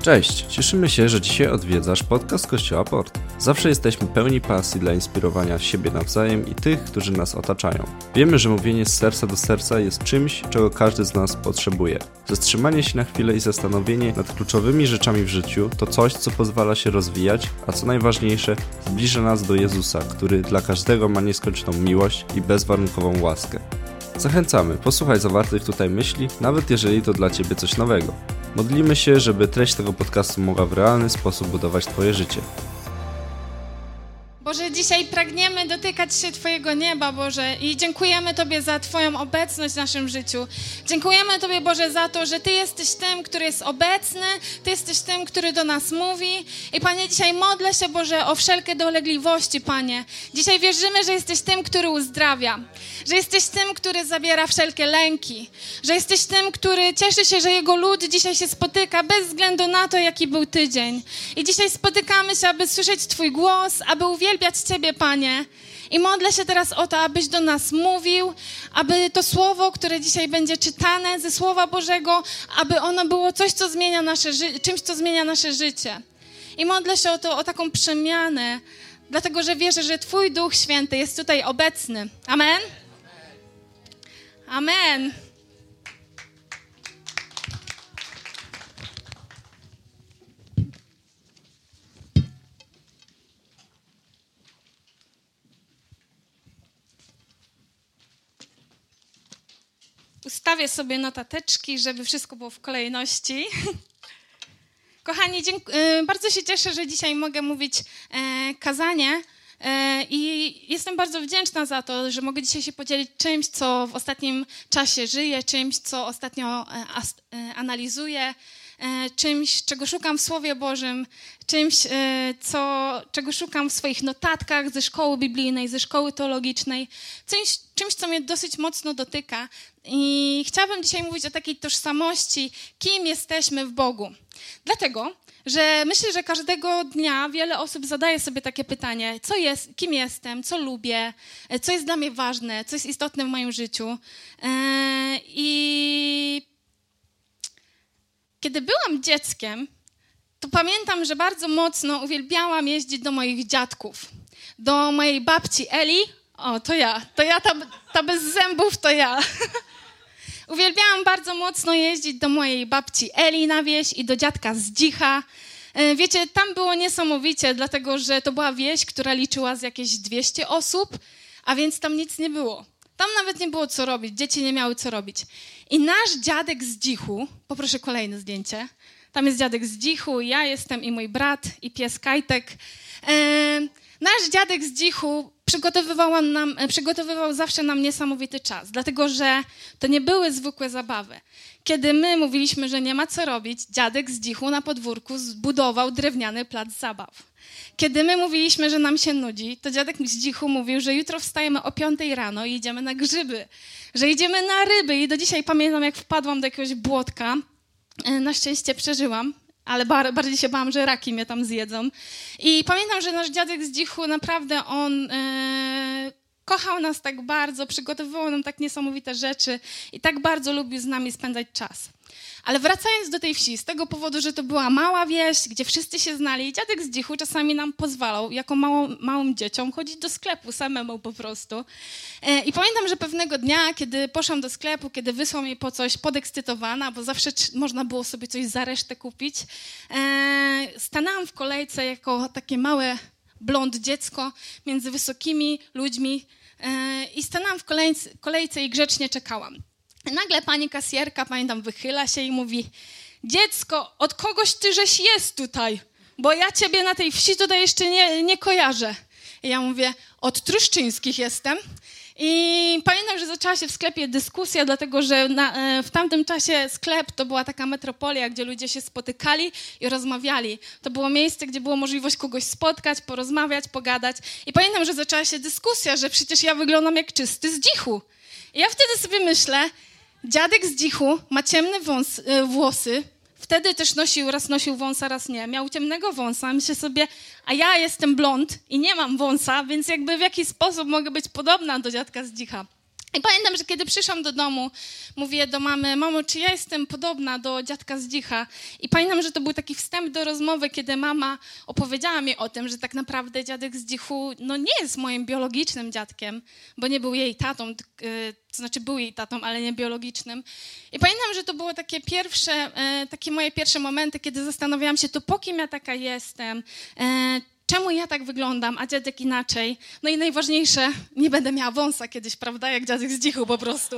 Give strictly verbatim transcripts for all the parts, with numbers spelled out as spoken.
Cześć, cieszymy się, że dzisiaj odwiedzasz podcast Kościoła Port. Zawsze jesteśmy pełni pasji dla inspirowania siebie nawzajem i tych, którzy nas otaczają. Wiemy, że mówienie z serca do serca jest czymś, czego każdy z nas potrzebuje. Zatrzymanie się na chwilę i zastanowienie nad kluczowymi rzeczami w życiu to coś, co pozwala się rozwijać, a co najważniejsze, zbliża nas do Jezusa, który dla każdego ma nieskończoną miłość i bezwarunkową łaskę. Zachęcamy, posłuchaj zawartych tutaj myśli, nawet jeżeli to dla Ciebie coś nowego. Modlimy się, żeby treść tego podcastu mogła w realny sposób budować Twoje życie. Boże, dzisiaj pragniemy dotykać się Twojego nieba, Boże, i dziękujemy Tobie za Twoją obecność w naszym życiu. Dziękujemy Tobie, Boże, za to, że Ty jesteś tym, który jest obecny, Ty jesteś tym, który do nas mówi. I Panie, dzisiaj modlę się, Boże, o wszelkie dolegliwości, Panie. Dzisiaj wierzymy, że jesteś tym, który uzdrawia, że jesteś tym, który zabiera wszelkie lęki, że jesteś tym, który cieszy się, że Jego lud dzisiaj się spotyka bez względu na to, jaki był tydzień. I dzisiaj spotykamy się, aby słyszeć Twój głos, aby uwielbiać Ciebie, Panie. I modlę się teraz o to, abyś do nas mówił, aby to słowo, które dzisiaj będzie czytane ze Słowa Bożego, aby ono było coś, co zmienia nasze ży- czymś, co zmienia nasze życie. I modlę się o to, o taką przemianę, dlatego że wierzę, że Twój Duch Święty jest tutaj obecny. Amen? Amen. Ustawię sobie notateczki, żeby wszystko było w kolejności. Kochani, dzięk- bardzo się cieszę, że dzisiaj mogę mówić e, kazanie e, i jestem bardzo wdzięczna za to, że mogę dzisiaj się podzielić czymś, co w ostatnim czasie żyję, czymś, co ostatnio e, as- e, analizuję, e, czymś, czego szukam w Słowie Bożym, czymś, e, co, czego szukam w swoich notatkach ze szkoły biblijnej, ze szkoły teologicznej, czymś, czymś, co mnie dosyć mocno dotyka. I chciałabym dzisiaj mówić o takiej tożsamości, kim jesteśmy w Bogu. Dlatego, że myślę, że każdego dnia wiele osób zadaje sobie takie pytanie, co jest, kim jestem, co lubię, co jest dla mnie ważne, co jest istotne w moim życiu. I kiedy byłam dzieckiem, to pamiętam, że bardzo mocno uwielbiałam jeździć do moich dziadków, do mojej babci Eli. O, to ja, to ja, ta, ta bez zębów, to ja. Uwielbiałam bardzo mocno jeździć do mojej babci Eli na wieś i do dziadka Zdzicha. Wiecie, tam było niesamowicie, dlatego że to była wieś, która liczyła z jakieś dwieście osób, a więc tam nic nie było. Tam nawet nie było co robić, dzieci nie miały co robić. I nasz dziadek Zdzichu, poproszę kolejne zdjęcie, tam jest dziadek Zdzichu, ja jestem i mój brat i pies Kajtek. Eee, nasz dziadek Zdzichu przygotowywał, nam, przygotowywał zawsze nam niesamowity czas, dlatego że to nie były zwykłe zabawy. Kiedy my mówiliśmy, że nie ma co robić, dziadek Zdzichu na podwórku zbudował drewniany plac zabaw. Kiedy my mówiliśmy, że nam się nudzi, to dziadek Zdzichu mówił, że jutro wstajemy o piątej rano i idziemy na grzyby, że idziemy na ryby i do dzisiaj pamiętam, jak wpadłam do jakiegoś błotka. Na szczęście przeżyłam, ale bar- bardziej się bałam, że raki mnie tam zjedzą. I pamiętam, że nasz dziadek Zdzichu naprawdę on e, kochał nas tak bardzo, przygotowywał nam tak niesamowite rzeczy i tak bardzo lubił z nami spędzać czas. Ale wracając do tej wsi, z tego powodu, że to była mała wieś, gdzie wszyscy się znali, dziadek Zdzichu czasami nam pozwalał, jako małą, małym dzieciom, chodzić do sklepu samemu po prostu. E, I pamiętam, że pewnego dnia, kiedy poszłam do sklepu, kiedy wysłał mnie po coś podekscytowana, bo zawsze c- można było sobie coś za resztę kupić, e, stanęłam w kolejce jako takie małe blond dziecko między wysokimi ludźmi e, i stanęłam w kolejce, kolejce i grzecznie czekałam. Nagle pani kasjerka, pamiętam, wychyla się i mówi: dziecko, od kogoś ty żeś jest tutaj, bo ja ciebie na tej wsi tutaj jeszcze nie, nie kojarzę. I ja mówię: od Truszczyńskich jestem. I pamiętam, że zaczęła się w sklepie dyskusja, dlatego że na, w tamtym czasie sklep to była taka metropolia, gdzie ludzie się spotykali i rozmawiali. To było miejsce, gdzie było możliwość kogoś spotkać, porozmawiać, pogadać. I pamiętam, że zaczęła się dyskusja, że przecież ja wyglądam jak czysty Zdzichu. I ja wtedy sobie myślę, dziadek Zdzichu ma ciemne wąs, y, włosy, wtedy też nosił, raz nosił wąsa, raz nie, miał ciemnego wąsa. Myślę sobie, a ja jestem blond i nie mam wąsa, więc jakby w jaki sposób mogę być podobna do dziadka Zdzicha. I pamiętam, że kiedy przyszłam do domu, mówię do mamy: mamo, czy ja jestem podobna do dziadka Zdzicha? I pamiętam, że to był taki wstęp do rozmowy, kiedy mama opowiedziała mi o tym, że tak naprawdę dziadek Zdzichu no nie jest moim biologicznym dziadkiem, bo nie był jej tatą, yy, to znaczy był jej tatą, ale nie biologicznym. I pamiętam, że to było takie pierwsze, yy, takie moje pierwsze momenty, kiedy zastanawiałam się, to po kim ja taka jestem, yy, czemu ja tak wyglądam, a dziadek inaczej? No i najważniejsze, nie będę miała wąsa kiedyś, prawda, jak dziadek Zdzichu po prostu.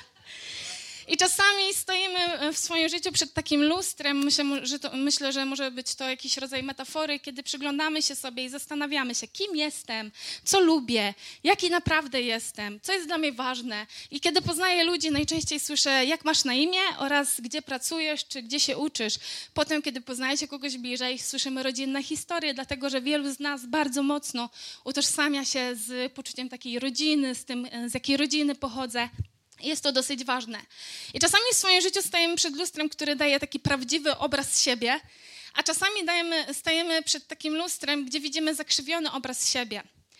I czasami stoimy w swoim życiu przed takim lustrem, myślę że, to, myślę, że może być to jakiś rodzaj metafory, kiedy przyglądamy się sobie i zastanawiamy się, kim jestem, co lubię, jaki naprawdę jestem, co jest dla mnie ważne. I kiedy poznaję ludzi, najczęściej słyszę, jak masz na imię oraz gdzie pracujesz, czy gdzie się uczysz. Potem, kiedy poznajecie kogoś bliżej, słyszymy rodzinne historie, dlatego że wielu z nas bardzo mocno utożsamia się z poczuciem takiej rodziny, z tym, z jakiej rodziny pochodzę. Jest to dosyć ważne. I czasami w swoim życiu stajemy przed lustrem, który daje taki prawdziwy obraz siebie, a czasami dajemy, stajemy przed takim lustrem, gdzie widzimy zakrzywiony obraz siebie.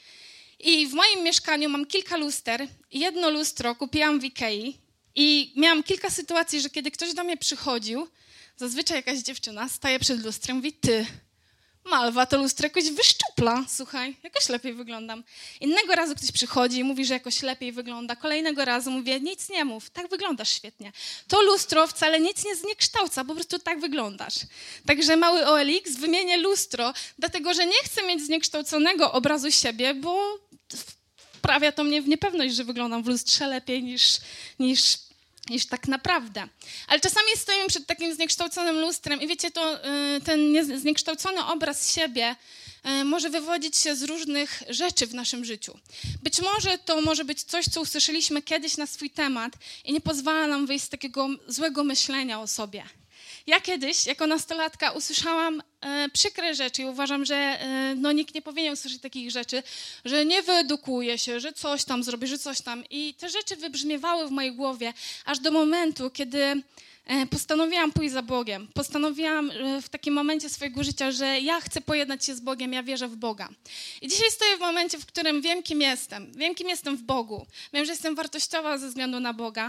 I w moim mieszkaniu mam kilka luster. Jedno lustro kupiłam w Ikei i miałam kilka sytuacji, że kiedy ktoś do mnie przychodził, zazwyczaj jakaś dziewczyna staje przed lustrem i mówi: ty, Malwa, to lustro jakoś wyszczupla, słuchaj, jakoś lepiej wyglądam. Innego razu ktoś przychodzi i mówi, że jakoś lepiej wygląda. Kolejnego razu mówię: nic nie mów, tak wyglądasz świetnie. To lustro wcale nic nie zniekształca, po prostu tak wyglądasz. Także mały O L X wymienię lustro, dlatego że nie chcę mieć zniekształconego obrazu siebie, bo wprawia to mnie w niepewność, że wyglądam w lustrze lepiej niż... niż niż tak naprawdę. Ale czasami stoimy przed takim zniekształconym lustrem i wiecie, to ten zniekształcony obraz siebie może wywodzić się z różnych rzeczy w naszym życiu. Być może to może być coś, co usłyszeliśmy kiedyś na swój temat i nie pozwala nam wyjść z takiego złego myślenia o sobie. Ja kiedyś, jako nastolatka, usłyszałam e, przykre rzeczy i uważam, że e, no, nikt nie powinien usłyszeć takich rzeczy, że nie wyedukuje się, że coś tam zrobi, że coś tam. I te rzeczy wybrzmiewały w mojej głowie, aż do momentu, kiedy e, postanowiłam pójść za Bogiem. Postanowiłam e, w takim momencie swojego życia, że ja chcę pojednać się z Bogiem, ja wierzę w Boga. I dzisiaj stoję w momencie, w którym wiem, kim jestem. Wiem, kim jestem w Bogu. Wiem, że jestem wartościowa ze względu na Boga.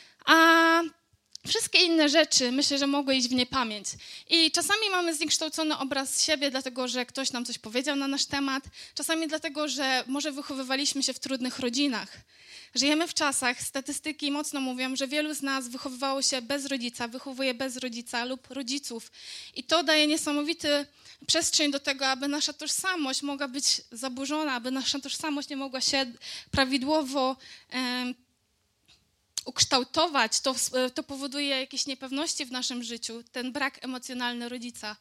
A wszystkie inne rzeczy, myślę, że mogły iść w niepamięć. I czasami mamy zniekształcony obraz siebie, dlatego że ktoś nam coś powiedział na nasz temat. Czasami dlatego, że może wychowywaliśmy się w trudnych rodzinach. Żyjemy w czasach, statystyki mocno mówią, że wielu z nas wychowywało się bez rodzica, wychowuje bez rodzica lub rodziców. I to daje niesamowity przestrzeń do tego, aby nasza tożsamość mogła być zaburzona, aby nasza tożsamość nie mogła się prawidłowo e, ukształtować, to, to powoduje jakieś niepewności w naszym życiu, ten brak emocjonalny rodzica.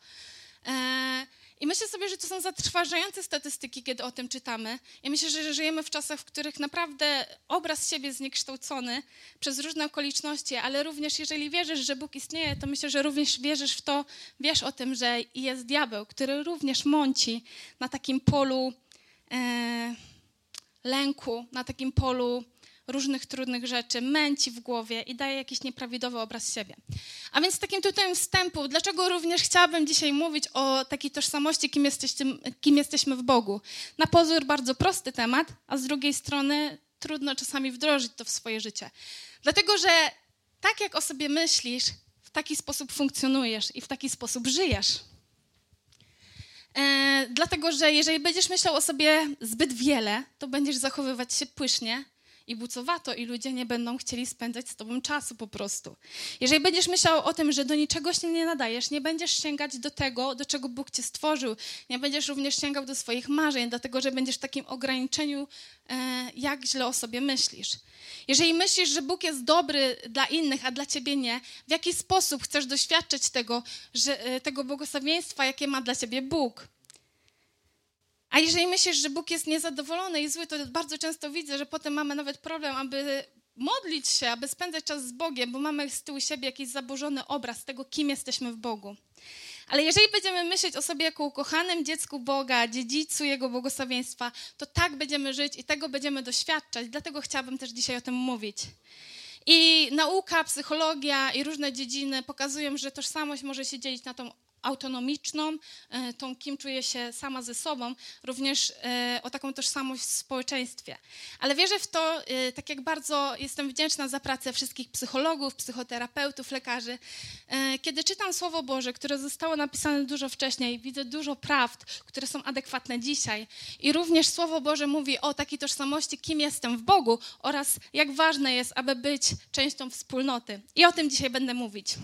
E, I myślę sobie, że to są zatrważające statystyki, kiedy o tym czytamy. I myślę, że żyjemy w czasach, w których naprawdę obraz siebie jest zniekształcony przez różne okoliczności, ale również jeżeli wierzysz, że Bóg istnieje, to myślę, że również wierzysz w to, wiesz o tym, że jest diabeł, który również mąci na takim polu e, lęku, na takim polu różnych trudnych rzeczy, męci w głowie i daje jakiś nieprawidłowy obraz siebie. A więc takim tytułem wstępu, dlaczego również chciałabym dzisiaj mówić o takiej tożsamości, kim jesteście, kim jesteśmy w Bogu. Na pozór bardzo prosty temat, a z drugiej strony trudno czasami wdrożyć to w swoje życie. Dlatego, że tak jak o sobie myślisz, w taki sposób funkcjonujesz i w taki sposób żyjesz. E, dlatego, że jeżeli będziesz myślał o sobie zbyt wiele, to będziesz zachowywać się pysznie i bucowato i ludzie nie będą chcieli spędzać z tobą czasu po prostu. Jeżeli będziesz myślał o tym, że do niczego się nie nadajesz, nie będziesz sięgać do tego, do czego Bóg cię stworzył, nie będziesz również sięgał do swoich marzeń, dlatego że będziesz w takim ograniczeniu, e, jak źle o sobie myślisz. Jeżeli myślisz, że Bóg jest dobry dla innych, a dla ciebie nie, w jaki sposób chcesz doświadczyć tego, że, e, tego błogosławieństwa, jakie ma dla ciebie Bóg? A jeżeli myślisz, że Bóg jest niezadowolony i zły, to bardzo często widzę, że potem mamy nawet problem, aby modlić się, aby spędzać czas z Bogiem, bo mamy z tyłu siebie jakiś zaburzony obraz tego, kim jesteśmy w Bogu. Ale jeżeli będziemy myśleć o sobie jako ukochanym dziecku Boga, dziedzicu Jego błogosławieństwa, to tak będziemy żyć i tego będziemy doświadczać. Dlatego chciałabym też dzisiaj o tym mówić. I nauka, psychologia i różne dziedziny pokazują, że tożsamość może się dzielić na tą autonomiczną, tą, kim czuję się sama ze sobą, również o taką tożsamość w społeczeństwie. Ale wierzę w to, tak jak bardzo jestem wdzięczna za pracę wszystkich psychologów, psychoterapeutów, lekarzy. Kiedy czytam Słowo Boże, które zostało napisane dużo wcześniej, widzę dużo prawd, które są adekwatne dzisiaj. I również Słowo Boże mówi o takiej tożsamości, kim jestem w Bogu oraz jak ważne jest, aby być częścią wspólnoty. I o tym dzisiaj będę mówić.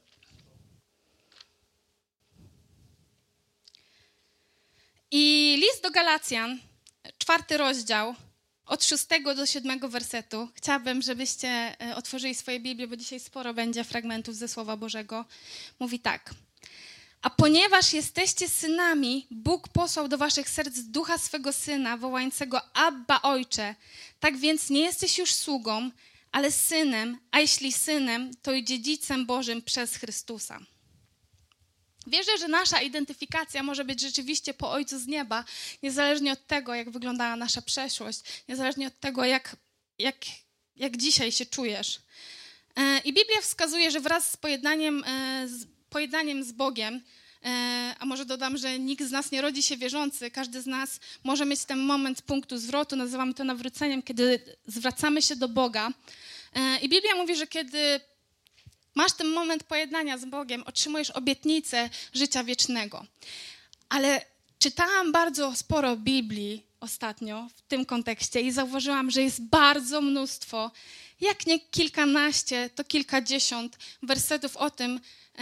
I list do Galacjan, czwarty rozdział, od szóstego do siódmego wersetu. Chciałabym, żebyście otworzyli swoje Biblię, bo dzisiaj sporo będzie fragmentów ze Słowa Bożego. Mówi tak. A ponieważ jesteście synami, Bóg posłał do waszych serc ducha swego Syna, wołającego Abba, Ojcze. Tak więc nie jesteś już sługą, ale synem, a jeśli synem, to i dziedzicem Bożym przez Chrystusa. Wierzę, że nasza identyfikacja może być rzeczywiście po Ojcu z nieba, niezależnie od tego, jak wyglądała nasza przeszłość, niezależnie od tego, jak, jak, jak dzisiaj się czujesz. I Biblia wskazuje, że wraz z pojednaniem, z pojednaniem z Bogiem, a może dodam, że nikt z nas nie rodzi się wierzący, każdy z nas może mieć ten moment punktu zwrotu, nazywamy to nawróceniem, kiedy zwracamy się do Boga. I Biblia mówi, że kiedy masz ten moment pojednania z Bogiem, otrzymujesz obietnicę życia wiecznego. Ale czytałam bardzo sporo Biblii ostatnio w tym kontekście i zauważyłam, że jest bardzo mnóstwo, jak nie kilkanaście, to kilkadziesiąt wersetów o tym,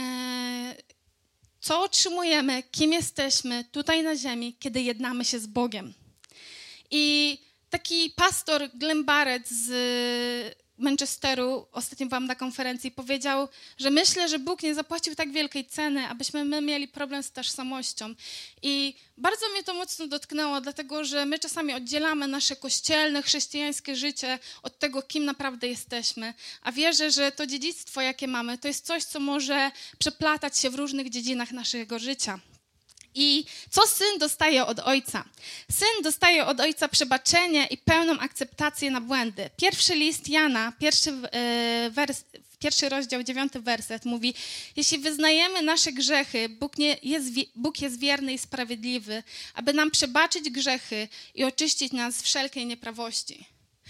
co otrzymujemy, kim jesteśmy tutaj na ziemi, kiedy jednamy się z Bogiem. I taki pastor Glenn Barrett z Manchesteru, ostatnio byłam na konferencji, powiedział, że myślę, że Bóg nie zapłacił tak wielkiej ceny, abyśmy my mieli problem z tożsamością. I bardzo mnie to mocno dotknęło, dlatego że my czasami oddzielamy nasze kościelne, chrześcijańskie życie od tego, kim naprawdę jesteśmy. A wierzę, że to dziedzictwo, jakie mamy, to jest coś, co może przeplatać się w różnych dziedzinach naszego życia. I co syn dostaje od ojca? Syn dostaje od ojca przebaczenie i pełną akceptację na błędy. Pierwszy list Jana, pierwszy, wers, pierwszy rozdział, dziewiąty werset mówi: jeśli wyznajemy nasze grzechy, Bóg, nie jest, Bóg jest wierny i sprawiedliwy, aby nam przebaczyć grzechy i oczyścić nas z wszelkiej nieprawości.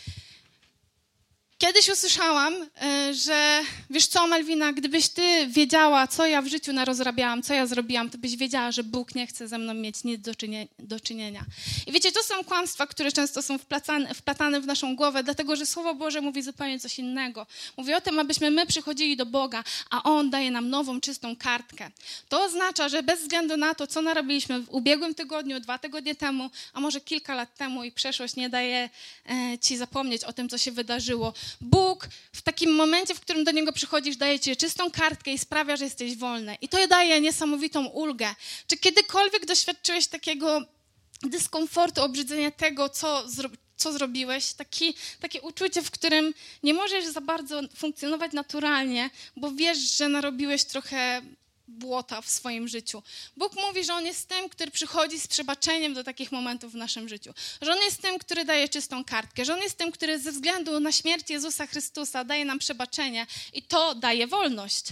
Kiedyś usłyszałam, że wiesz co, Malwina, gdybyś ty wiedziała, co ja w życiu narozrabiałam, co ja zrobiłam, to byś wiedziała, że Bóg nie chce ze mną mieć nic do, czynie, do czynienia. I wiecie, to są kłamstwa, które często są wplatane, wplatane w naszą głowę, dlatego że Słowo Boże mówi zupełnie coś innego. Mówi o tym, abyśmy my przychodzili do Boga, a On daje nam nową, czystą kartkę. To oznacza, że bez względu na to, co narobiliśmy w ubiegłym tygodniu, dwa tygodnie temu, a może kilka lat temu i przeszłość nie daje e, ci zapomnieć o tym, co się wydarzyło. Bóg w takim momencie, w którym do Niego przychodzisz, daje ci czystą kartkę i sprawia, że jesteś wolny. I to daje niesamowitą ulgę. Czy kiedykolwiek doświadczyłeś takiego dyskomfortu, obrzydzenia tego, co, zro, co zrobiłeś? Taki, takie uczucie, w którym nie możesz za bardzo funkcjonować naturalnie, bo wiesz, że narobiłeś trochę błota w swoim życiu. Bóg mówi, że On jest tym, który przychodzi z przebaczeniem do takich momentów w naszym życiu. Że On jest tym, który daje czystą kartkę. Że On jest tym, który ze względu na śmierć Jezusa Chrystusa daje nam przebaczenie i to daje wolność.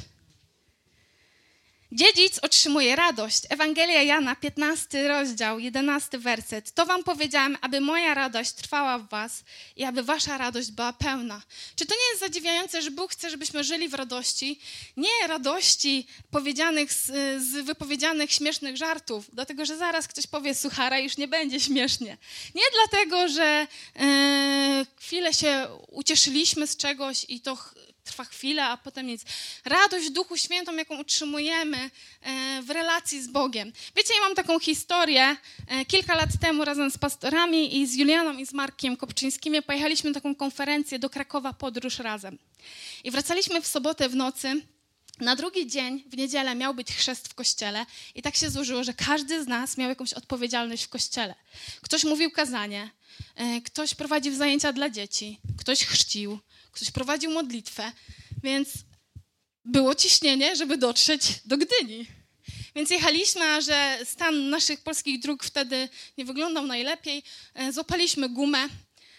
Dziedzic otrzymuje radość. Ewangelia Jana, piętnasty rozdział, jedenasty werset. To wam powiedziałem, aby moja radość trwała w was i aby wasza radość była pełna. Czy to nie jest zadziwiające, że Bóg chce, żebyśmy żyli w radości? Nie radości powiedzianych z, z wypowiedzianych śmiesznych żartów, dlatego że zaraz ktoś powie suchara i już nie będzie śmiesznie. Nie dlatego, że e, chwilę się ucieszyliśmy z czegoś i to trwa chwilę, a potem nic. Radość w Duchu Świętym, jaką utrzymujemy w relacji z Bogiem. Wiecie, ja mam taką historię. Kilka lat temu razem z pastorami i z Julianą i z Markiem Kopczyńskimi pojechaliśmy na taką konferencję do Krakowa, podróż razem. I wracaliśmy w sobotę w nocy. Na drugi dzień, w niedzielę, miał być chrzest w kościele i tak się złożyło, że każdy z nas miał jakąś odpowiedzialność w kościele. Ktoś mówił kazanie, ktoś prowadził zajęcia dla dzieci, ktoś chrzcił, ktoś prowadził modlitwę, więc było ciśnienie, żeby dotrzeć do Gdyni. Więc jechaliśmy, a że stan naszych polskich dróg wtedy nie wyglądał najlepiej, złapaliśmy gumę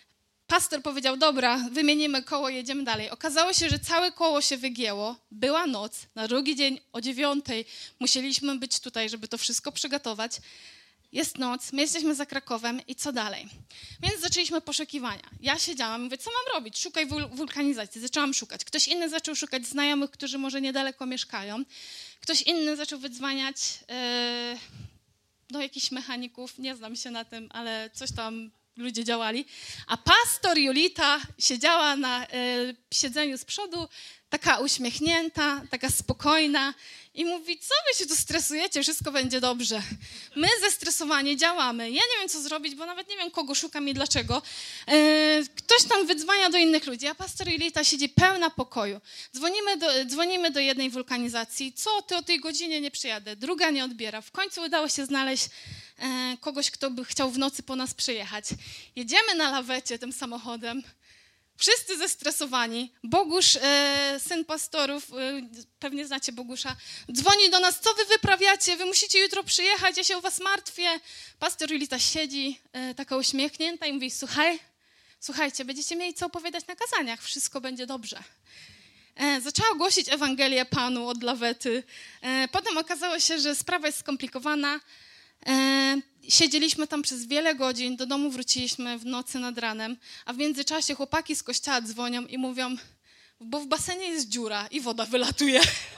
pastor powiedział, dobra, wymienimy koło, jedziemy dalej. Okazało się, że całe koło się wygięło, była noc, na drugi dzień o dziewiątej musieliśmy być tutaj, żeby to wszystko przygotować. Jest noc, my jesteśmy za Krakowem i co dalej? Więc zaczęliśmy poszukiwania. Ja siedziałam i mówię, co mam robić? Szukaj wul- wulkanizacji. Zaczęłam szukać. Ktoś inny zaczął szukać znajomych, którzy może niedaleko mieszkają. Ktoś inny zaczął wydzwaniać yy, do jakichś mechaników, nie znam się na tym, ale coś tam ludzie działali. A pastor Julita siedziała na yy, siedzeniu z przodu, taka uśmiechnięta, taka spokojna i mówi, co wy się tu stresujecie, wszystko będzie dobrze. My zestresowani działamy. Ja nie wiem, co zrobić, bo nawet nie wiem, kogo szukam i dlaczego. Yy, ktoś tam wydzwania do innych ludzi, a pastor Julita siedzi pełna pokoju. Dzwonimy do, dzwonimy do jednej wulkanizacji. Co, ty o tej godzinie nie przyjadę. Druga nie odbiera. W końcu udało się znaleźć yy, kogoś, kto by chciał w nocy po nas przyjechać. Jedziemy na lawecie tym samochodem. Wszyscy zestresowani. Bogusz, e, syn pastorów, e, pewnie znacie Bogusza, dzwoni do nas, co wy wyprawiacie? Wy musicie jutro przyjechać, ja się o was martwię. Pastor Julita siedzi, e, taka uśmiechnięta i mówi, słuchaj, słuchajcie, będziecie mieli co opowiadać na kazaniach, wszystko będzie dobrze. E, zaczęła głosić Ewangelię Panu od lawety. E, potem okazało się, że sprawa jest skomplikowana. E, Siedzieliśmy tam przez wiele godzin, do domu wróciliśmy w nocy nad ranem, a w międzyczasie chłopaki z kościoła dzwonią i mówią, bo w basenie jest dziura i woda wylatuje.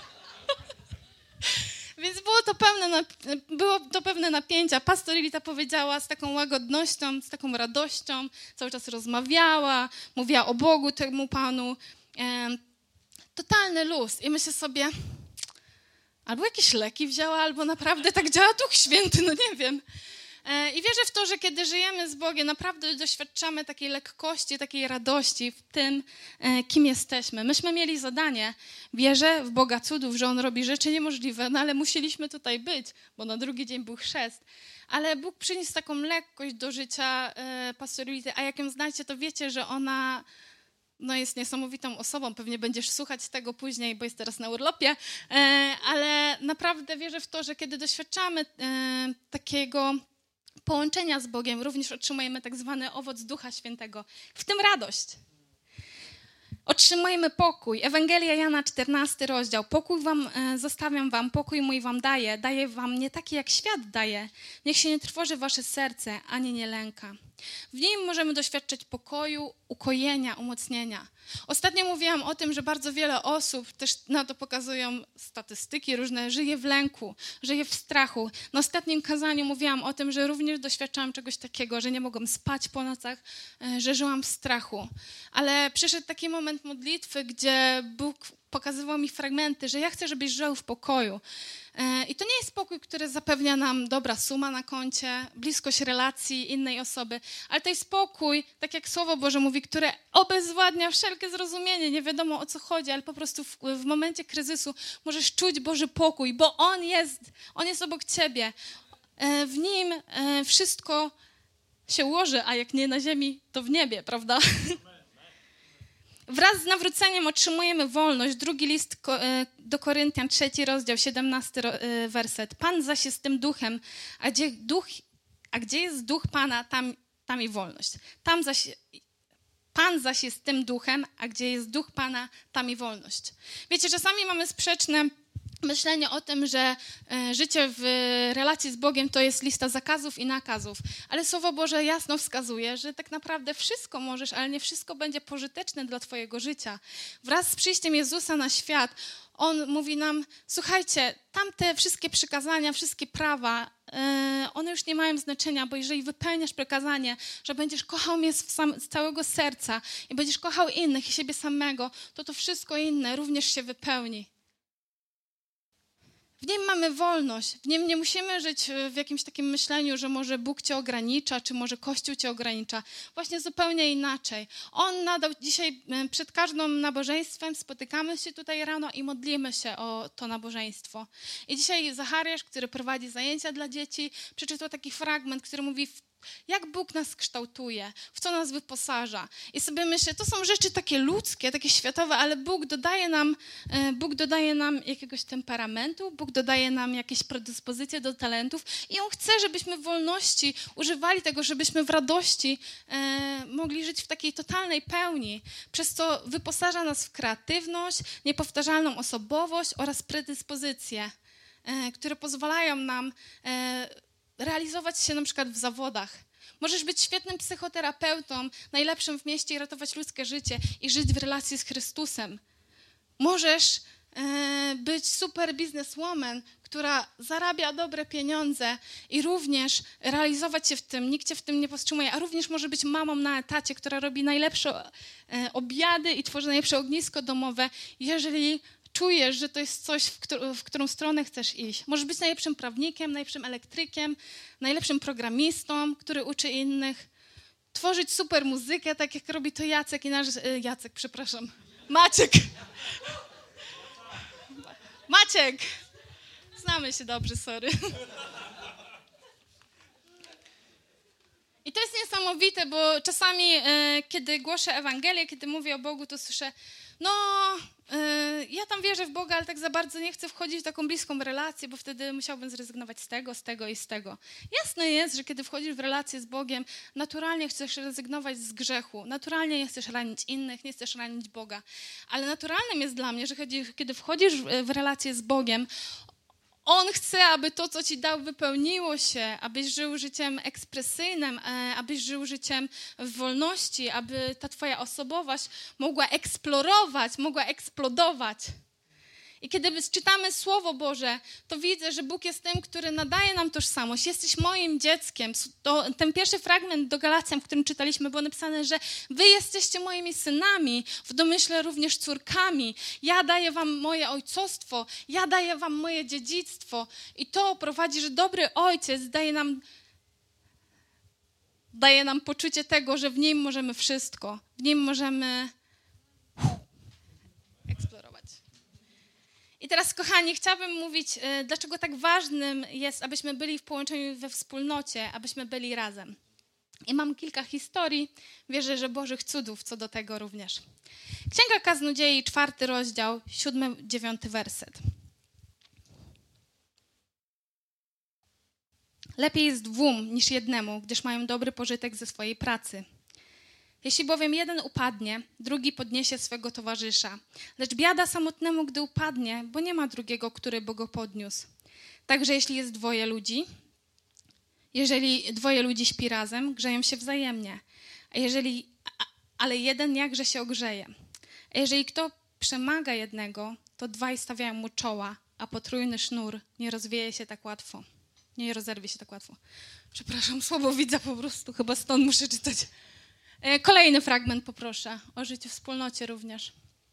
Więc było to, pełne, było to pewne napięcia. Pastor Julita powiedziała z taką łagodnością, z taką radością, cały czas rozmawiała, mówiła o Bogu temu Panu. E, totalny luz. I myślę sobie, albo jakieś leki wzięła, albo naprawdę tak działa Duch Święty, no nie wiem. I wierzę w to, że kiedy żyjemy z Bogiem, naprawdę doświadczamy takiej lekkości, takiej radości w tym, kim jesteśmy. Myśmy mieli zadanie, wierzę w Boga cudów, że On robi rzeczy niemożliwe, no ale musieliśmy tutaj być, bo na drugi dzień był chrzest. Ale Bóg przyniósł taką lekkość do życia pastor Julity, a jak ją znacie, to wiecie, że ona no jest niesamowitą osobą. Pewnie będziesz słuchać tego później, bo jest teraz na urlopie, ale naprawdę wierzę w to, że kiedy doświadczamy takiego połączenia z Bogiem, również otrzymujemy tak zwany owoc Ducha Świętego, w tym radość. Otrzymujemy pokój. Ewangelia Jana, czternasty rozdział. Pokój wam e, zostawiam wam, pokój mój wam daję. Daję wam nie taki, jak świat daje. Niech się nie trwoży wasze serce, ani nie lęka. W nim możemy doświadczać pokoju, ukojenia, umocnienia. Ostatnio mówiłam o tym, że bardzo wiele osób, też na to pokazują statystyki różne, żyje w lęku, żyje w strachu. Na ostatnim kazaniu mówiłam o tym, że również doświadczałam czegoś takiego, że nie mogłam spać po nocach, że żyłam w strachu. Ale przyszedł taki moment modlitwy, gdzie Bóg pokazywał mi fragmenty, że ja chcę, żebyś żył w pokoju. I to nie jest pokój, który zapewnia nam dobra suma na koncie, bliskość relacji innej osoby, ale to jest pokój, tak jak Słowo Boże mówi, które obezwładnia wszelkie zrozumienie, nie wiadomo o co chodzi, ale po prostu w, w momencie kryzysu możesz czuć Boży pokój, bo On jest, On jest obok ciebie. W Nim wszystko się ułoży, a jak nie na ziemi, to w niebie, prawda? Wraz z nawróceniem otrzymujemy wolność. Drugi list do Koryntian, trzeci rozdział, siedemnasty werset. Pan zaś jest tym duchem, a gdzie, duch, a gdzie jest duch Pana, tam, tam i wolność. Tam zaś, Pan zaś jest tym duchem, a gdzie jest duch Pana, tam i wolność. Wiecie, czasami mamy sprzeczne myślenie o tym, że życie w relacji z Bogiem to jest lista zakazów i nakazów. Ale Słowo Boże jasno wskazuje, że tak naprawdę wszystko możesz, ale nie wszystko będzie pożyteczne dla twojego życia. Wraz z przyjściem Jezusa na świat, On mówi nam, słuchajcie, tamte wszystkie przykazania, wszystkie prawa, one już nie mają znaczenia, bo jeżeli wypełniasz przykazanie, że będziesz kochał mnie z, sam, z całego serca i będziesz kochał innych i siebie samego, to to wszystko inne również się wypełni. W Nim mamy wolność, w Nim nie musimy żyć w jakimś takim myśleniu, że może Bóg cię ogranicza, czy może Kościół cię ogranicza. Właśnie zupełnie inaczej. On nadał dzisiaj przed każdym nabożeństwem, spotykamy się tutaj rano i modlimy się o to nabożeństwo. I dzisiaj Zachariasz, który prowadzi zajęcia dla dzieci, przeczytał taki fragment, który mówi, jak Bóg nas kształtuje, w co nas wyposaża. I sobie myślę, to są rzeczy takie ludzkie, takie światowe, ale Bóg dodaje nam, Bóg dodaje nam jakiegoś temperamentu, Bóg dodaje nam jakieś predyspozycje do talentów i On chce, żebyśmy w wolności używali tego, żebyśmy w radości e, mogli żyć w takiej totalnej pełni, przez co wyposaża nas w kreatywność, niepowtarzalną osobowość oraz predyspozycje, e, które pozwalają nam e, realizować się na przykład w zawodach. Możesz być świetnym psychoterapeutą, najlepszym w mieście i ratować ludzkie życie i żyć w relacji z Chrystusem. Możesz e, być super bizneswoman, która zarabia dobre pieniądze i również realizować się w tym, nikt cię w tym nie powstrzymuje, a również może być mamą na etacie, która robi najlepsze e, obiady i tworzy najlepsze ognisko domowe, jeżeli czujesz, że to jest coś, w, któr- w którą stronę chcesz iść. Możesz być najlepszym prawnikiem, najlepszym elektrykiem, najlepszym programistą, który uczy innych. Tworzyć super muzykę, tak jak robi to Jacek i nasz... E, Jacek, przepraszam. Maciek. Maciek. Znamy się dobrze, sorry. I to jest niesamowite, bo czasami, e, kiedy głoszę Ewangelię, kiedy mówię o Bogu, to słyszę, no, e, ja tam wierzę w Boga, ale tak za bardzo nie chcę wchodzić w taką bliską relację, bo wtedy musiałbym zrezygnować z tego, z tego i z tego. Jasne jest, że kiedy wchodzisz w relację z Bogiem, naturalnie chcesz rezygnować z grzechu, naturalnie nie chcesz ranić innych, nie chcesz ranić Boga. Ale naturalnym jest dla mnie, że kiedy wchodzisz w relację z Bogiem, On chce, aby to, co ci dał, wypełniło się, abyś żył życiem ekspresyjnym, abyś żył życiem w wolności, aby ta twoja osobowość mogła eksplorować, mogła eksplodować. I kiedy czytamy Słowo Boże, to widzę, że Bóg jest tym, który nadaje nam tożsamość. Jesteś moim dzieckiem. To, ten pierwszy fragment do Galacjan, w którym czytaliśmy, było napisane, że wy jesteście moimi synami, w domyśle również córkami. Ja daję wam moje ojcostwo, ja daję wam moje dziedzictwo. I to prowadzi, że dobry ojciec daje nam, daje nam poczucie tego, że w nim możemy wszystko. W nim możemy eksplorować. I teraz, kochani, chciałabym mówić, dlaczego tak ważnym jest, abyśmy byli w połączeniu we wspólnocie, abyśmy byli razem. I mam kilka historii, wierzę, że Bożych cudów co do tego również. Księga Kaznodziei, czwarty rozdział, siódmy, dziewiąty werset. Lepiej jest dwóm niż jednemu, gdyż mają dobry pożytek ze swojej pracy. Jeśli bowiem jeden upadnie, drugi podniesie swego towarzysza. Lecz biada samotnemu, gdy upadnie, bo nie ma drugiego, który by go podniósł. Także jeśli jest dwoje ludzi, jeżeli dwoje ludzi śpi razem, grzeją się wzajemnie. A jeżeli, ale jeden jakże się ogrzeje. A jeżeli kto przemaga jednego, to dwaj stawiają mu czoła, a potrójny sznur nie rozwieje się tak łatwo. Nie rozerwie się tak łatwo. Przepraszam, słabo widzę po prostu, chyba stąd muszę czytać. Kolejny fragment poproszę, o życiu w wspólnocie również.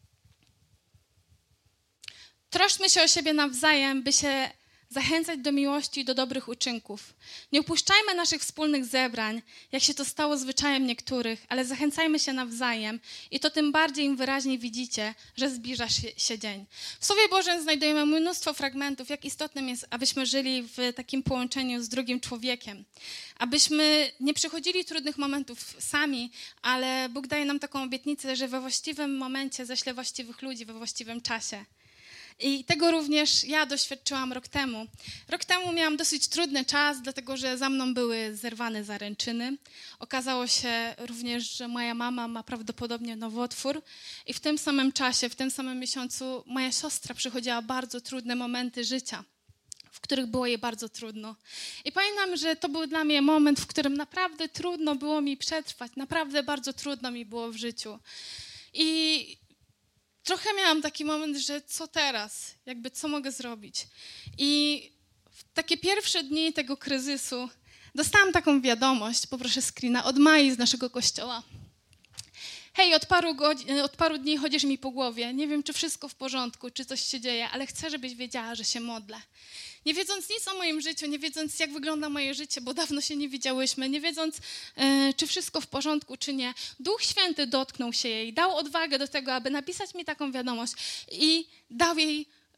Troszczmy się o siebie nawzajem, by się zachęcać do miłości i do dobrych uczynków. Nie upuszczajmy naszych wspólnych zebrań, jak się to stało zwyczajem niektórych, ale zachęcajmy się nawzajem i to tym bardziej im wyraźnie widzicie, że zbliża się, się dzień. W Słowie Bożym znajdujemy mnóstwo fragmentów, jak istotnym jest, abyśmy żyli w takim połączeniu z drugim człowiekiem. Abyśmy nie przechodzili trudnych momentów sami, ale Bóg daje nam taką obietnicę, że we właściwym momencie ześle właściwych ludzi we właściwym czasie. I tego również ja doświadczyłam rok temu. Rok temu miałam dosyć trudny czas, dlatego że za mną były zerwane zaręczyny. Okazało się również, że moja mama ma prawdopodobnie nowotwór i w tym samym czasie, w tym samym miesiącu moja siostra przechodziła bardzo trudne momenty życia, w których było jej bardzo trudno. I pamiętam, że to był dla mnie moment, w którym naprawdę trudno było mi przetrwać, naprawdę bardzo trudno mi było w życiu. I trochę miałam taki moment, że co teraz? Jakby co mogę zrobić? I w takie pierwsze dni tego kryzysu dostałam taką wiadomość, poproszę screena, od Mai z naszego kościoła. Hej, od paru, godzin, od paru dni chodzisz mi po głowie, nie wiem, czy wszystko w porządku, czy coś się dzieje, ale chcę, żebyś wiedziała, że się modlę. Nie wiedząc nic o moim życiu, nie wiedząc, jak wygląda moje życie, bo dawno się nie widziałyśmy, nie wiedząc, e, czy wszystko w porządku, czy nie, Duch Święty dotknął się jej, dał odwagę do tego, aby napisać mi taką wiadomość i dał jej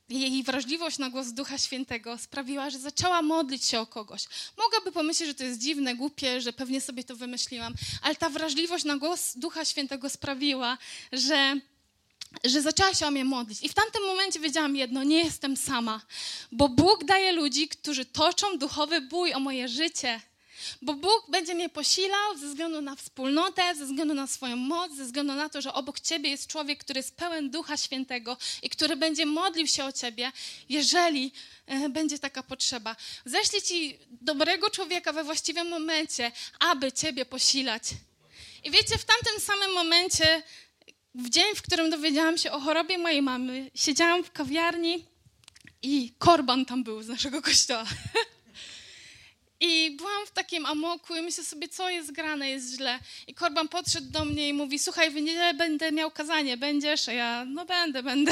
jej wrażliwość na głos Ducha Świętego sprawiła, że zaczęła modlić się o kogoś. Mogłaby pomyśleć, że to jest dziwne, głupie, że pewnie sobie to wymyśliłam, ale ta wrażliwość na głos Ducha Świętego sprawiła, że, że zaczęła się o mnie modlić. I w tamtym momencie wiedziałam jedno, nie jestem sama, bo Bóg daje ludzi, którzy toczą duchowy bój o moje życie. Bo Bóg będzie mnie posilał ze względu na wspólnotę, ze względu na swoją moc, ze względu na to, że obok ciebie jest człowiek, który jest pełen Ducha Świętego i który będzie modlił się o ciebie, jeżeli e, będzie taka potrzeba. Ześlę ci dobrego człowieka we właściwym momencie, aby ciebie posilać. I wiecie, w tamtym samym momencie, w dzień, w którym dowiedziałam się o chorobie mojej mamy, siedziałam w kawiarni i Korban tam był z naszego kościoła. I byłam w takim amoku i myślę sobie, co jest grane, jest źle. I Korban podszedł do mnie i mówi, słuchaj, w niedzielę będę miał kazanie, będziesz? A ja, no będę, będę.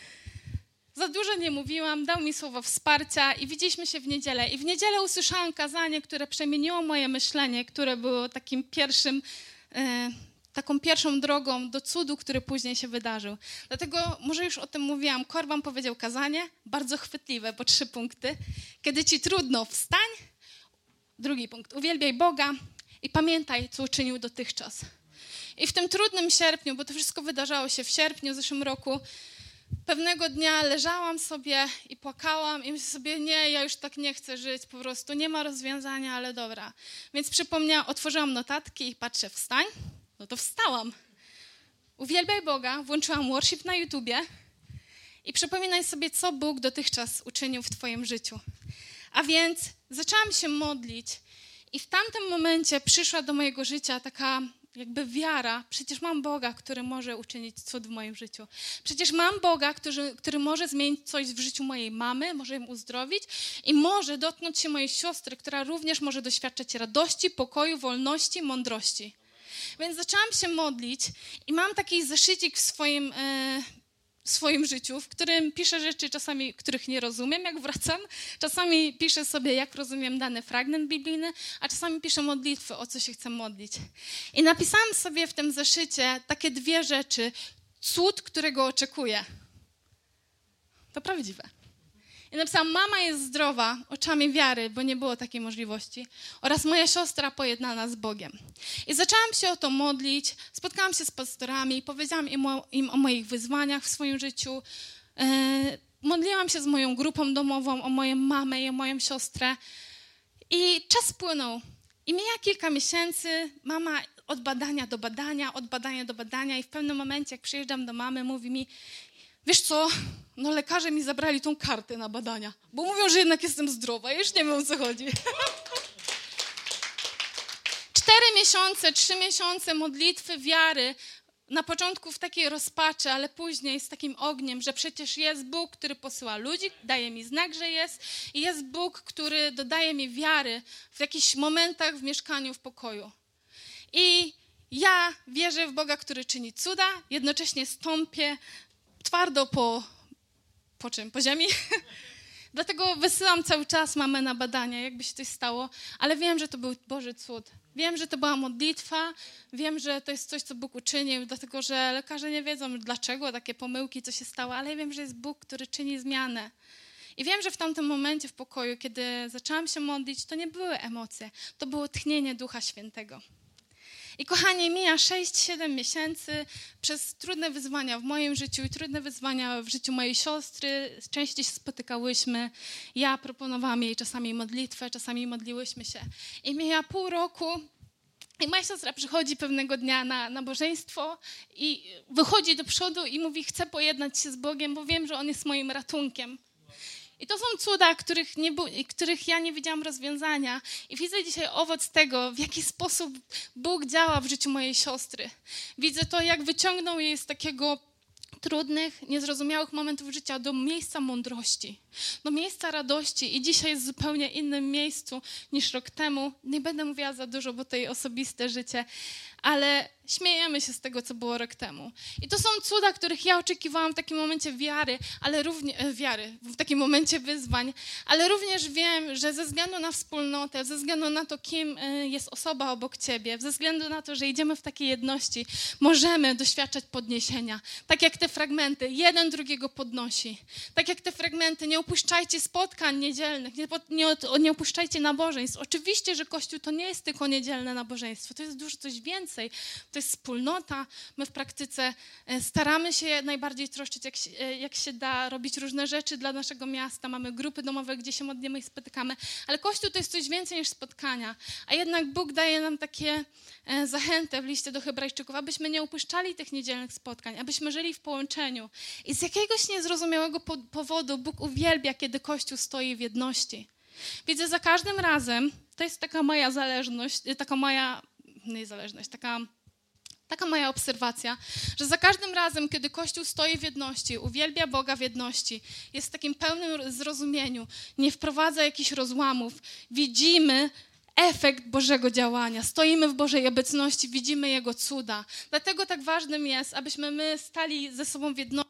Za dużo nie mówiłam, dał mi słowo wsparcia i widzieliśmy się w niedzielę. I w niedzielę usłyszałam kazanie, które przemieniło moje myślenie, które było takim pierwszym, e, taką pierwszą drogą do cudu, który później się wydarzył. Dlatego, może już o tym mówiłam, Korban powiedział kazanie, bardzo chwytliwe, po trzy punkty. Kiedy ci trudno, wstań. Drugi punkt. Uwielbiaj Boga i pamiętaj, co uczynił dotychczas. I w tym trudnym sierpniu, bo to wszystko wydarzało się w sierpniu w zeszłym roku, pewnego dnia leżałam sobie i płakałam i myślę sobie, nie, ja już tak nie chcę żyć, po prostu nie ma rozwiązania, ale dobra. Więc przypomniałam, otworzyłam notatki i patrzę, wstań. No to wstałam. Uwielbiaj Boga, włączyłam worship na YouTubie i przypominaj sobie, co Bóg dotychczas uczynił w twoim życiu. A więc zaczęłam się modlić i w tamtym momencie przyszła do mojego życia taka jakby wiara. Przecież mam Boga, który może uczynić cud w moim życiu. Przecież mam Boga, który, który może zmienić coś w życiu mojej mamy, może ją uzdrowić i może dotknąć się mojej siostry, która również może doświadczać radości, pokoju, wolności, mądrości. Więc zaczęłam się modlić i mam taki zeszycik w swoim... E, w swoim życiu, w którym piszę rzeczy czasami, których nie rozumiem, jak wracam. Czasami piszę sobie, jak rozumiem dany fragment biblijny, a czasami piszę modlitwy, o co się chcę modlić. I napisałam sobie w tym zeszycie takie dwie rzeczy. Cud, którego oczekuję. To prawdziwe. I napisałam, mama jest zdrowa, oczami wiary, bo nie było takiej możliwości, oraz moja siostra pojednana z Bogiem. I zaczęłam się o to modlić, spotkałam się z pastorami, powiedziałam im o, im o moich wyzwaniach w swoim życiu, e, modliłam się z moją grupą domową o moją mamę i o moją siostrę i czas płynął. I mija kilka miesięcy, mama od badania do badania, od badania do badania i w pewnym momencie, jak przyjeżdżam do mamy, mówi mi, wiesz co, no lekarze mi zabrali tą kartę na badania, bo mówią, że jednak jestem zdrowa. Ja już nie wiem, o co chodzi. Cztery miesiące, trzy miesiące modlitwy, wiary, na początku w takiej rozpaczy, ale później z takim ogniem, że przecież jest Bóg, który posyła ludzi, daje mi znak, że jest i jest Bóg, który dodaje mi wiary w jakichś momentach w mieszkaniu, w pokoju. I ja wierzę w Boga, który czyni cuda, jednocześnie stąpię twardo po, po czym? Po ziemi? Dlatego wysyłam cały czas mamę na badania, jakby się coś stało, ale wiem, że to był Boży cud. Wiem, że to była modlitwa, wiem, że to jest coś, co Bóg uczynił, dlatego że lekarze nie wiedzą, dlaczego takie pomyłki, co się stało, ale ja wiem, że jest Bóg, który czyni zmianę. I wiem, że w tamtym momencie w pokoju, kiedy zaczęłam się modlić, to nie były emocje, to było tchnienie Ducha Świętego. I kochani, mija sześć siedem miesięcy przez trudne wyzwania w moim życiu i trudne wyzwania w życiu mojej siostry. Częściej się spotykałyśmy. Ja proponowałam jej czasami modlitwę, czasami modliłyśmy się. I mija pół roku i moja siostra przychodzi pewnego dnia na nabożeństwo i wychodzi do przodu i mówi, chcę pojednać się z Bogiem, bo wiem, że On jest moim ratunkiem. I to są cuda, których, nie, których ja nie widziałam rozwiązania. I widzę dzisiaj owoc tego, w jaki sposób Bóg działa w życiu mojej siostry. Widzę to, jak wyciągnął jej z takiego trudnych, niezrozumiałych momentów życia do miejsca mądrości, do miejsca radości. I dzisiaj jest w zupełnie innym miejscu niż rok temu. Nie będę mówiła za dużo, bo to jej osobiste życie, ale śmiejemy się z tego, co było rok temu. I to są cuda, których ja oczekiwałam w takim momencie wiary, ale również e, wiary, w takim momencie wyzwań, ale również wiem, że ze względu na wspólnotę, ze względu na to, kim e, jest osoba obok ciebie, ze względu na to, że idziemy w takiej jedności, możemy doświadczać podniesienia. Tak jak te fragmenty, jeden drugiego podnosi. Tak jak te fragmenty, nie opuszczajcie spotkań niedzielnych, nie, nie, nie opuszczajcie nabożeństw. Oczywiście, że Kościół to nie jest tylko niedzielne nabożeństwo, to jest dużo coś więcej. To jest wspólnota. My w praktyce staramy się najbardziej troszczyć, jak się, jak się da, robić różne rzeczy dla naszego miasta. Mamy grupy domowe, gdzie się modlimy i spotykamy, ale Kościół to jest coś więcej niż spotkania. A jednak Bóg daje nam takie zachętę w liście do Hebrajczyków, abyśmy nie upuszczali tych niedzielnych spotkań, abyśmy żyli w połączeniu. I z jakiegoś niezrozumiałego powodu Bóg uwielbia, kiedy Kościół stoi w jedności. Widzę za każdym razem, to jest taka moja zależność, taka moja, nie zależność, taka, taka moja obserwacja, że za każdym razem, kiedy Kościół stoi w jedności, uwielbia Boga w jedności, jest w takim pełnym zrozumieniu, nie wprowadza jakichś rozłamów, widzimy efekt Bożego działania. Stoimy w Bożej obecności, widzimy Jego cuda. Dlatego tak ważnym jest, abyśmy my stali ze sobą w jedności.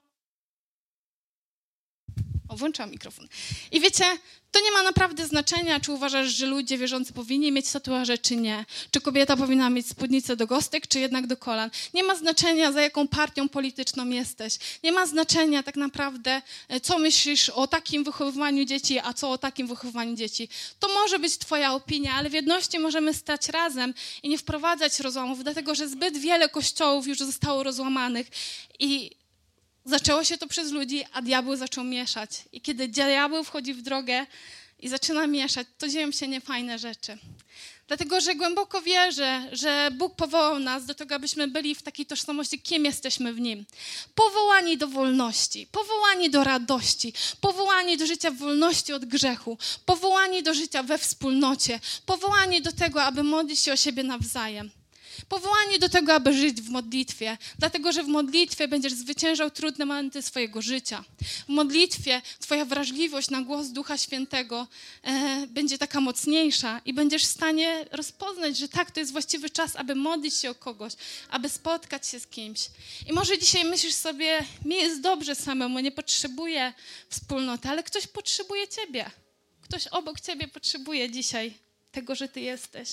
O, włączyłam mikrofon. I wiecie, to nie ma naprawdę znaczenia, czy uważasz, że ludzie wierzący powinni mieć tatuaże, czy nie. Czy kobieta powinna mieć spódnicę do gostek, czy jednak do kolan. Nie ma znaczenia, za jaką partią polityczną jesteś. Nie ma znaczenia tak naprawdę, co myślisz o takim wychowywaniu dzieci, a co o takim wychowywaniu dzieci. To może być twoja opinia, ale w jedności możemy stać razem i nie wprowadzać rozłamów, dlatego że zbyt wiele kościołów już zostało rozłamanych i zaczęło się to przez ludzi, a diabeł zaczął mieszać. I kiedy diabeł wchodzi w drogę i zaczyna mieszać, to dzieją się niefajne rzeczy. Dlatego, że głęboko wierzę, że Bóg powołał nas do tego, abyśmy byli w takiej tożsamości, kim jesteśmy w Nim. Powołani do wolności, powołani do radości, powołani do życia w wolności od grzechu, powołani do życia we wspólnocie, powołani do tego, aby modlić się o siebie nawzajem. Powołani do tego, aby żyć w modlitwie, dlatego że w modlitwie będziesz zwyciężał trudne momenty swojego życia. W modlitwie twoja wrażliwość na głos Ducha Świętego e, będzie taka mocniejsza i będziesz w stanie rozpoznać, że tak, to jest właściwy czas, aby modlić się o kogoś, aby spotkać się z kimś. I może dzisiaj myślisz sobie, mi jest dobrze samemu, nie potrzebuję wspólnoty, ale ktoś potrzebuje ciebie. Ktoś obok ciebie potrzebuje dzisiaj tego, że ty jesteś.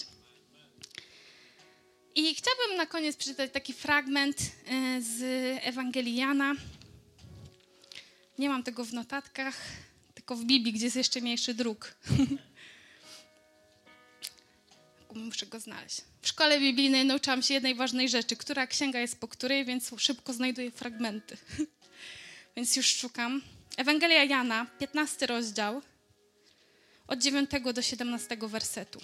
I chciałabym na koniec przeczytać taki fragment z Ewangelii Jana. Nie mam tego w notatkach, tylko w Biblii, gdzie jest jeszcze mniejszy druk. Muszę go znaleźć. W szkole biblijnej nauczyłam się jednej ważnej rzeczy, która księga jest po której, więc szybko znajduję fragmenty. Więc już szukam. Ewangelia Jana, piętnasty rozdział, od dziewiątego do siedemnastego wersetu.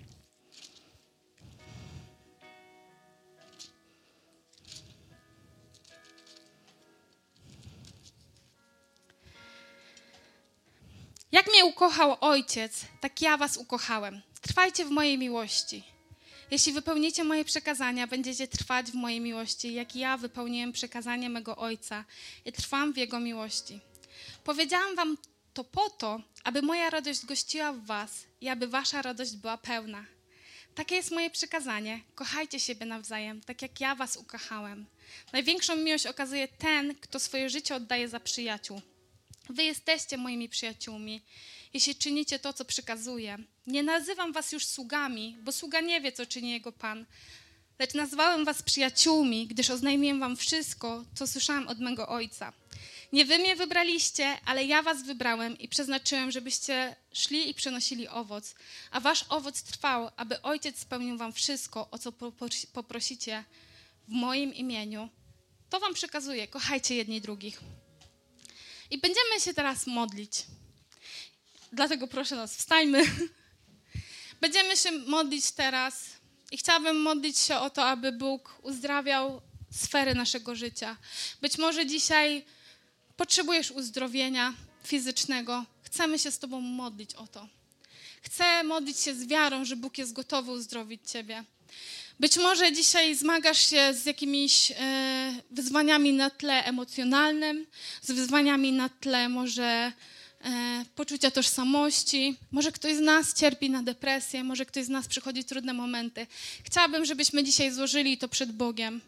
Jak mnie ukochał Ojciec, tak ja was ukochałem. Trwajcie w mojej miłości. Jeśli wypełnicie moje przekazania, będziecie trwać w mojej miłości, jak ja wypełniłem przekazanie mego Ojca i trwam w Jego miłości. Powiedziałam wam to po to, aby moja radość gościła w was i aby wasza radość była pełna. Takie jest moje przekazanie. Kochajcie siebie nawzajem, tak jak ja was ukochałem. Największą miłość okazuje ten, kto swoje życie oddaje za przyjaciół. Wy jesteście moimi przyjaciółmi, jeśli czynicie to, co przykazuję. Nie nazywam was już sługami, bo sługa nie wie, co czyni jego Pan. Lecz nazwałem was przyjaciółmi, gdyż oznajmiłem wam wszystko, co słyszałam od mego Ojca. Nie wy mnie wybraliście, ale ja was wybrałem i przeznaczyłem, żebyście szli i przynosili owoc. A wasz owoc trwał, aby Ojciec spełnił wam wszystko, o co poprosicie w moim imieniu. To wam przekazuję, kochajcie jedni drugich. I będziemy się teraz modlić. Dlatego proszę nas, wstańmy. Będziemy się modlić teraz i chciałabym modlić się o to, aby Bóg uzdrawiał sfery naszego życia. Być może dzisiaj potrzebujesz uzdrowienia fizycznego. Chcemy się z Tobą modlić o to. Chcę modlić się z wiarą, że Bóg jest gotowy uzdrowić Ciebie. Być może dzisiaj zmagasz się z jakimiś e, wyzwaniami na tle emocjonalnym, z wyzwaniami na tle może e, poczucia tożsamości. Może ktoś z nas cierpi na depresję, może ktoś z nas przychodzi trudne momenty. Chciałabym, żebyśmy dzisiaj złożyli to przed Bogiem.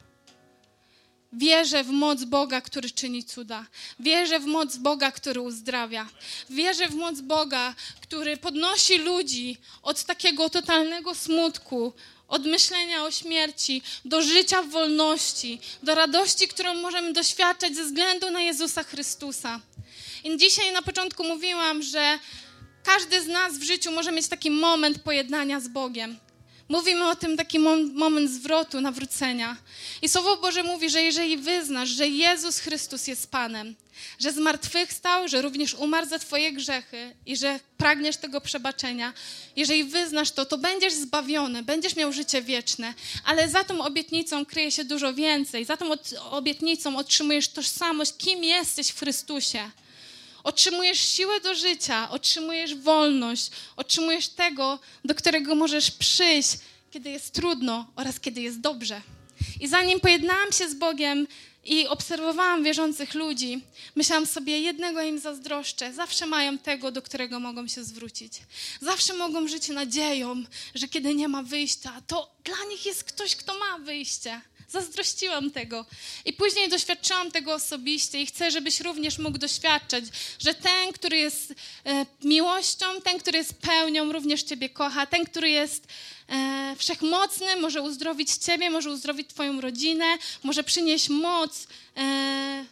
Wierzę w moc Boga, który czyni cuda. Wierzę w moc Boga, który uzdrawia. Wierzę w moc Boga, który podnosi ludzi od takiego totalnego smutku, od myślenia o śmierci, do życia w wolności, do radości, którą możemy doświadczać ze względu na Jezusa Chrystusa. I dzisiaj na początku mówiłam, że każdy z nas w życiu może mieć taki moment pojednania z Bogiem. Mówimy o tym taki mom- moment zwrotu, nawrócenia. I Słowo Boże mówi, że jeżeli wyznasz, że Jezus Chrystus jest Panem, że zmartwychwstał, że również umarł za twoje grzechy i że pragniesz tego przebaczenia, jeżeli wyznasz to, to będziesz zbawiony, będziesz miał życie wieczne, ale za tą obietnicą kryje się dużo więcej. Za tą od- obietnicą otrzymujesz tożsamość, kim jesteś w Chrystusie. Otrzymujesz siłę do życia, otrzymujesz wolność, otrzymujesz tego, do którego możesz przyjść, kiedy jest trudno oraz kiedy jest dobrze. I zanim pojednałam się z Bogiem i obserwowałam wierzących ludzi, myślałam sobie, jednego im zazdroszczę. Zawsze mają tego, do którego mogą się zwrócić. Zawsze mogą żyć nadzieją, że kiedy nie ma wyjścia, to dla nich jest ktoś, kto ma wyjście. Zazdrościłam tego. I później doświadczyłam tego osobiście i chcę, żebyś również mógł doświadczać, że ten, który jest e, miłością, ten, który jest pełnią, również ciebie kocha. Ten, który jest e, wszechmocny, może uzdrowić ciebie, może uzdrowić twoją rodzinę, może przynieść moc, e,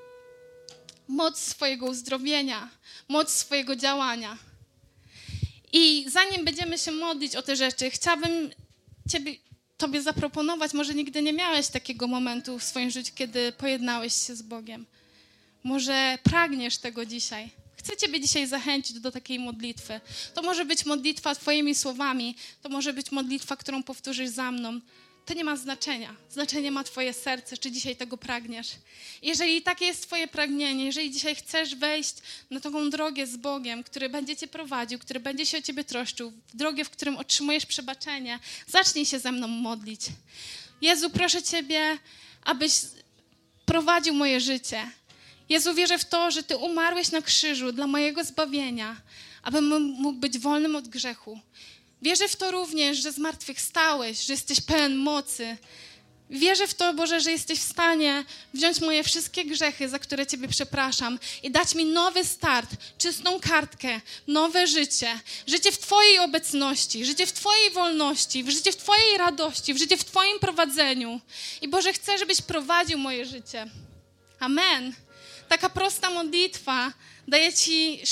moc swojego uzdrowienia, moc swojego działania. I zanim będziemy się modlić o te rzeczy, chciałabym ciebie... Tobie zaproponować, może nigdy nie miałeś takiego momentu w swoim życiu, kiedy pojednałeś się z Bogiem. Może pragniesz tego dzisiaj. Chcę Ciebie dzisiaj zachęcić do takiej modlitwy. To może być modlitwa Twoimi słowami, to może być modlitwa, którą powtórzysz za mną. To nie ma znaczenia. Znaczenie ma Twoje serce, czy dzisiaj tego pragniesz. Jeżeli takie jest Twoje pragnienie, jeżeli dzisiaj chcesz wejść na taką drogę z Bogiem, który będzie Cię prowadził, który będzie się o Ciebie troszczył, drogę, w którym otrzymujesz przebaczenie, zacznij się ze mną modlić. Jezu, proszę Ciebie, abyś prowadził moje życie. Jezu, wierzę w to, że Ty umarłeś na krzyżu dla mojego zbawienia, abym mógł być wolnym od grzechu. Wierzę w to również, że zmartwychwstałeś, że jesteś pełen mocy. Wierzę w to, Boże, że jesteś w stanie wziąć moje wszystkie grzechy, za które Ciebie przepraszam i dać mi nowy start, czystą kartkę, nowe życie. Życie w Twojej obecności, życie w Twojej wolności, życie w Twojej radości, życie w Twoim prowadzeniu. I Boże, chcę, żebyś prowadził moje życie. Amen. Taka prosta modlitwa daje Ci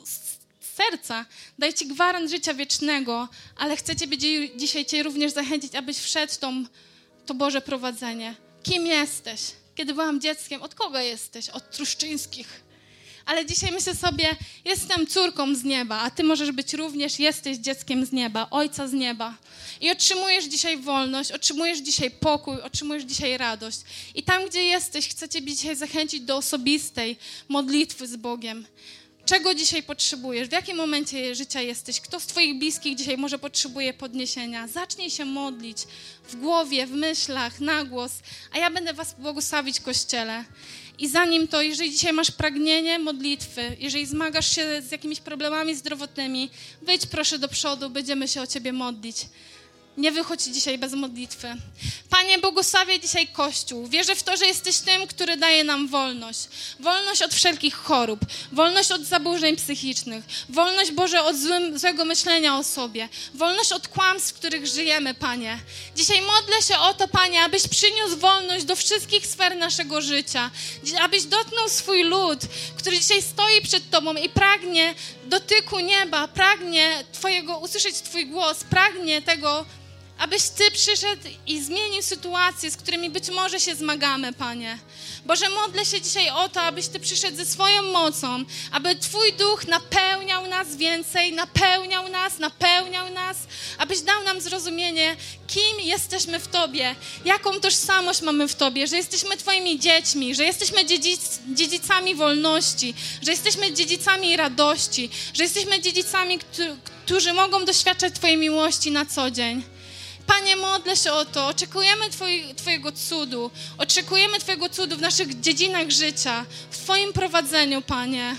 serca, daje Ci gwarant życia wiecznego, ale chcę Ciebie dzisiaj Cię również zachęcić, abyś wszedł w tą, to Boże prowadzenie. Kim jesteś? Kiedy byłam dzieckiem, od kogo jesteś? Od Truszczyńskich. Ale dzisiaj myślę sobie, jestem córką z nieba, a Ty możesz być również, jesteś dzieckiem z nieba, Ojca z nieba. I otrzymujesz dzisiaj wolność, otrzymujesz dzisiaj pokój, otrzymujesz dzisiaj radość. I tam, gdzie jesteś, chcę Ciebie dzisiaj zachęcić do osobistej modlitwy z Bogiem. Czego dzisiaj potrzebujesz? W jakim momencie życia jesteś? Kto z Twoich bliskich dzisiaj może potrzebuje podniesienia? Zacznij się modlić w głowie, w myślach, na głos, a ja będę Was błogosławić, Kościele. I zanim to, jeżeli dzisiaj masz pragnienie modlitwy, jeżeli zmagasz się z jakimiś problemami zdrowotnymi, wyjdź proszę do przodu, będziemy się o Ciebie modlić. Nie wychodź dzisiaj bez modlitwy. Panie, błogosławię dzisiaj Kościół. Wierzę w to, że jesteś tym, który daje nam wolność. Wolność od wszelkich chorób. Wolność od zaburzeń psychicznych. Wolność, Boże, od złym, złego myślenia o sobie. Wolność od kłamstw, w których żyjemy, Panie. Dzisiaj modlę się o to, Panie, abyś przyniósł wolność do wszystkich sfer naszego życia. Abyś dotknął swój lud, który dzisiaj stoi przed Tobą i pragnie dotyku nieba, pragnie Twojego, usłyszeć Twój głos, pragnie tego, abyś Ty przyszedł i zmienił sytuacje, z którymi być może się zmagamy, Panie. Boże, modlę się dzisiaj o to, abyś Ty przyszedł ze swoją mocą, aby Twój Duch napełniał nas więcej, napełniał nas, napełniał nas, abyś dał nam zrozumienie, kim jesteśmy w Tobie, jaką tożsamość mamy w Tobie, że jesteśmy Twoimi dziećmi, że jesteśmy dziedzic, dziedzicami wolności, że jesteśmy dziedzicami radości, że jesteśmy dziedzicami, którzy mogą doświadczać Twojej miłości na co dzień. Panie, modlę się o to, oczekujemy Twoj, Twojego cudu, oczekujemy Twojego cudu w naszych dziedzinach życia, w Twoim prowadzeniu, Panie.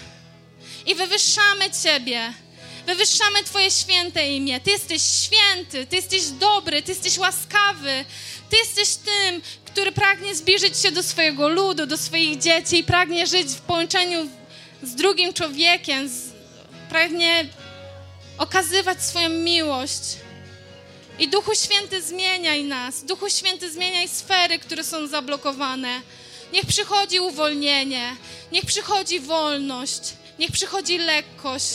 I wywyższamy Ciebie, wywyższamy Twoje święte imię. Ty jesteś święty, Ty jesteś dobry, Ty jesteś łaskawy, Ty jesteś tym, który pragnie zbliżyć się do swojego ludu, do swoich dzieci i pragnie żyć w połączeniu z drugim człowiekiem, z, pragnie okazywać swoją miłość. I Duchu Święty, zmieniaj nas. Duchu Święty, zmieniaj sfery, które są zablokowane. Niech przychodzi uwolnienie, niech przychodzi wolność, niech przychodzi lekkość.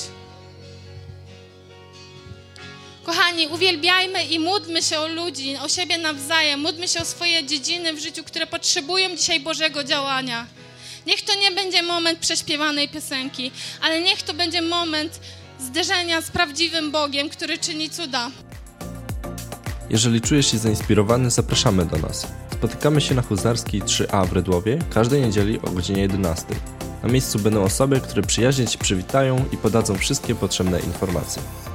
Kochani, uwielbiajmy i módlmy się o ludzi, o siebie nawzajem. Módlmy się o swoje dziedziny w życiu, które potrzebują dzisiaj Bożego działania. Niech to nie będzie moment prześpiewanej piosenki, ale niech to będzie moment zderzenia z prawdziwym Bogiem, który czyni cuda. Jeżeli czujesz się zainspirowany, zapraszamy do nas. Spotykamy się na Huzarskiej trzy A w Redłowie każdej niedzieli o godzinie jedenastej. Na miejscu będą osoby, które przyjaźnie Cię przywitają i podadzą wszystkie potrzebne informacje.